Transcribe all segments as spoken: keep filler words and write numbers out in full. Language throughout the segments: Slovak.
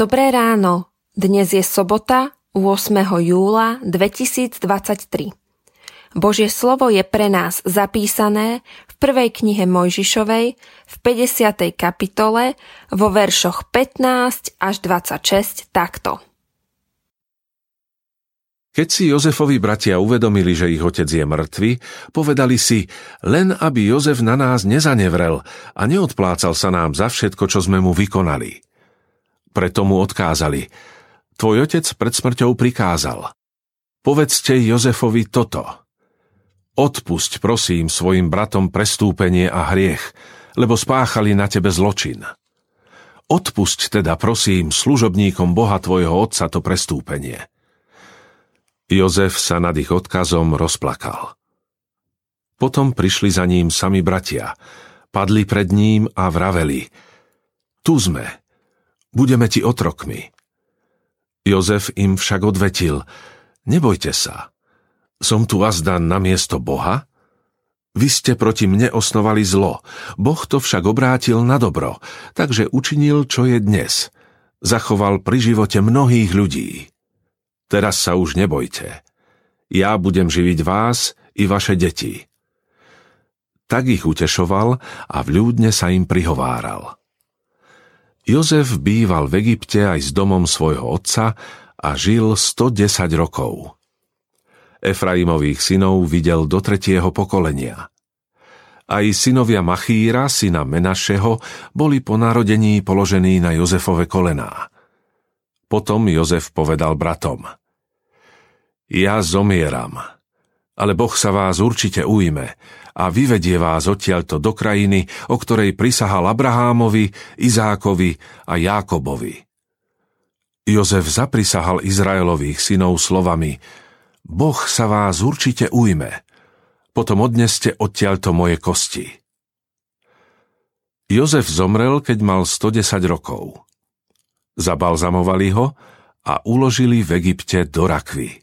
Dobré ráno. Dnes je sobota, ôsmeho júla dvetisícdvadsaťtri. Božie slovo je pre nás zapísané v prvej knihe Mojžišovej v päťdesiatej kapitole vo veršoch pätnásť až dvadsaťšesť takto. Keď si Jozefovi bratia uvedomili, že ich otec je mŕtvy, povedali si, len aby Jozef na nás nezanevrel a neodplácal sa nám za všetko, čo sme mu vykonali. Preto mu odkázali, tvoj otec pred smrťou prikázal. Povedzte Jozefovi toto. Odpusť, prosím, svojim bratom prestúpenie a hriech, lebo spáchali na tebe zločin. Odpusť teda, prosím, služobníkom Boha tvojho otca to prestúpenie. Jozef sa nad ich odkazom rozplakal. Potom prišli za ním sami bratia, padli pred ním a vraveli, tu sme, budeme ti otrokmi. Jozef im však odvetil, nebojte sa, som tu azda namiesto Boha? Vy ste proti mne osnovali zlo, Boh to však obrátil na dobro, takže učinil, čo je dnes. Zachoval pri živote mnohých ľudí. Teraz sa už nebojte. Ja budem živiť vás i vaše deti. Tak ich utešoval a vľúdne sa im prihováral. Jozef býval v Egypte aj s domom svojho otca a žil stodesať rokov. Efraimových synov videl do tretieho pokolenia. Aj synovia Machíra, syna Menašeho, boli po narodení položení na Jozefove kolená. Potom Jozef povedal bratom, ja zomieram, ale Boh sa vás určite ujme a vyvedie vás odtiaľto do krajiny, o ktorej prisahal Abrahámovi, Izákovi a Jákobovi. Jozef zaprisahal Izraelových synov slovami, Boh sa vás určite ujme, potom odneste odtiaľto moje kosti. Jozef zomrel, keď mal stodesať rokov. Zabalzamovali ho a uložili v Egypte do rakvy.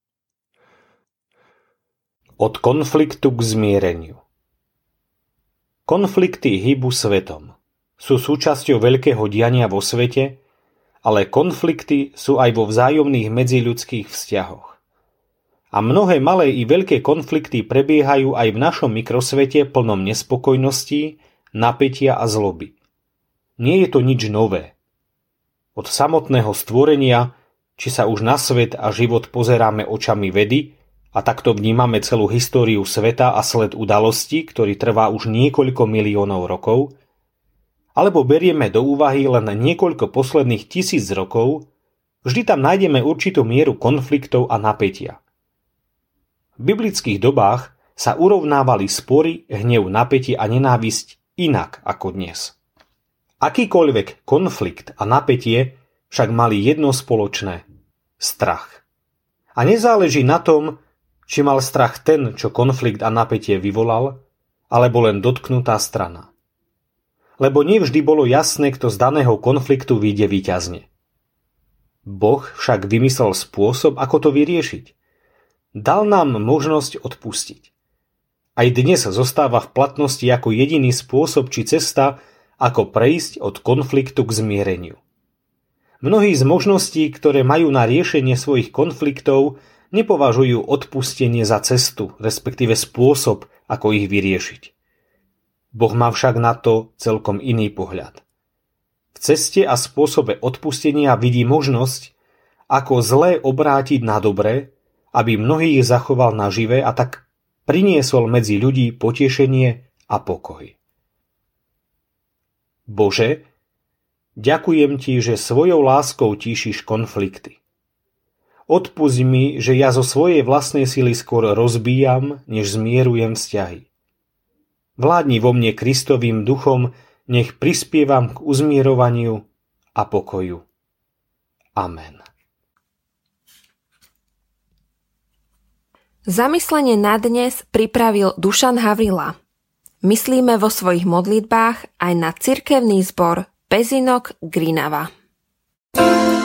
Od konfliktu k zmiereniu. Konflikty hýbu svetom. Sú súčasťou veľkého diania vo svete, ale konflikty sú aj vo vzájomných medziľudských vzťahoch. A mnohé malé i veľké konflikty prebiehajú aj v našom mikrosvete plnom nespokojností, napätia a zloby. Nie je to nič nové. Od samotného stvorenia, či sa už na svet a život pozeráme očami vedy, a takto vnímame celú históriu sveta a sled udalostí, ktorý trvá už niekoľko miliónov rokov, alebo berieme do úvahy len niekoľko posledných tisíc rokov, vždy tam nájdeme určitú mieru konfliktov a napätia. V biblických dobách sa urovnávali spory, hnev, napätie a nenávisť inak ako dnes. Akýkoľvek konflikt a napätie však mali jedno spoločné – strach. A nezáleží na tom, či mal strach ten, čo konflikt a napätie vyvolal, alebo len dotknutá strana. Lebo nevždy bolo jasné, kto z daného konfliktu vyjde víťazne. Boh však vymyslel spôsob, ako to vyriešiť. Dal nám možnosť odpustiť. Aj dnes zostáva v platnosti ako jediný spôsob či cesta, ako prejsť od konfliktu k zmiereniu. Mnohí z možností, ktoré majú na riešenie svojich konfliktov, nepovažujú odpustenie za cestu, respektíve spôsob, ako ich vyriešiť. Boh má však na to celkom iný pohľad. V ceste a spôsobe odpustenia vidí možnosť, ako zlé obrátiť na dobré, aby mnohých zachoval nažive a tak priniesol medzi ľudí potešenie a pokoj. Bože, ďakujem ti, že svojou láskou tíšiš konflikty. Odpusť mi, že ja zo svojej vlastnej sily skôr rozbíjam, než zmierujem vzťahy. Vládni vo mne Kristovým duchom, nech prispievam k uzmierovaniu a pokoju. Amen. Zamyslenie na dnes pripravil Dušan Havrila. Myslíme vo svojich modlitbách aj na cirkevný zbor Pezinok Grinava.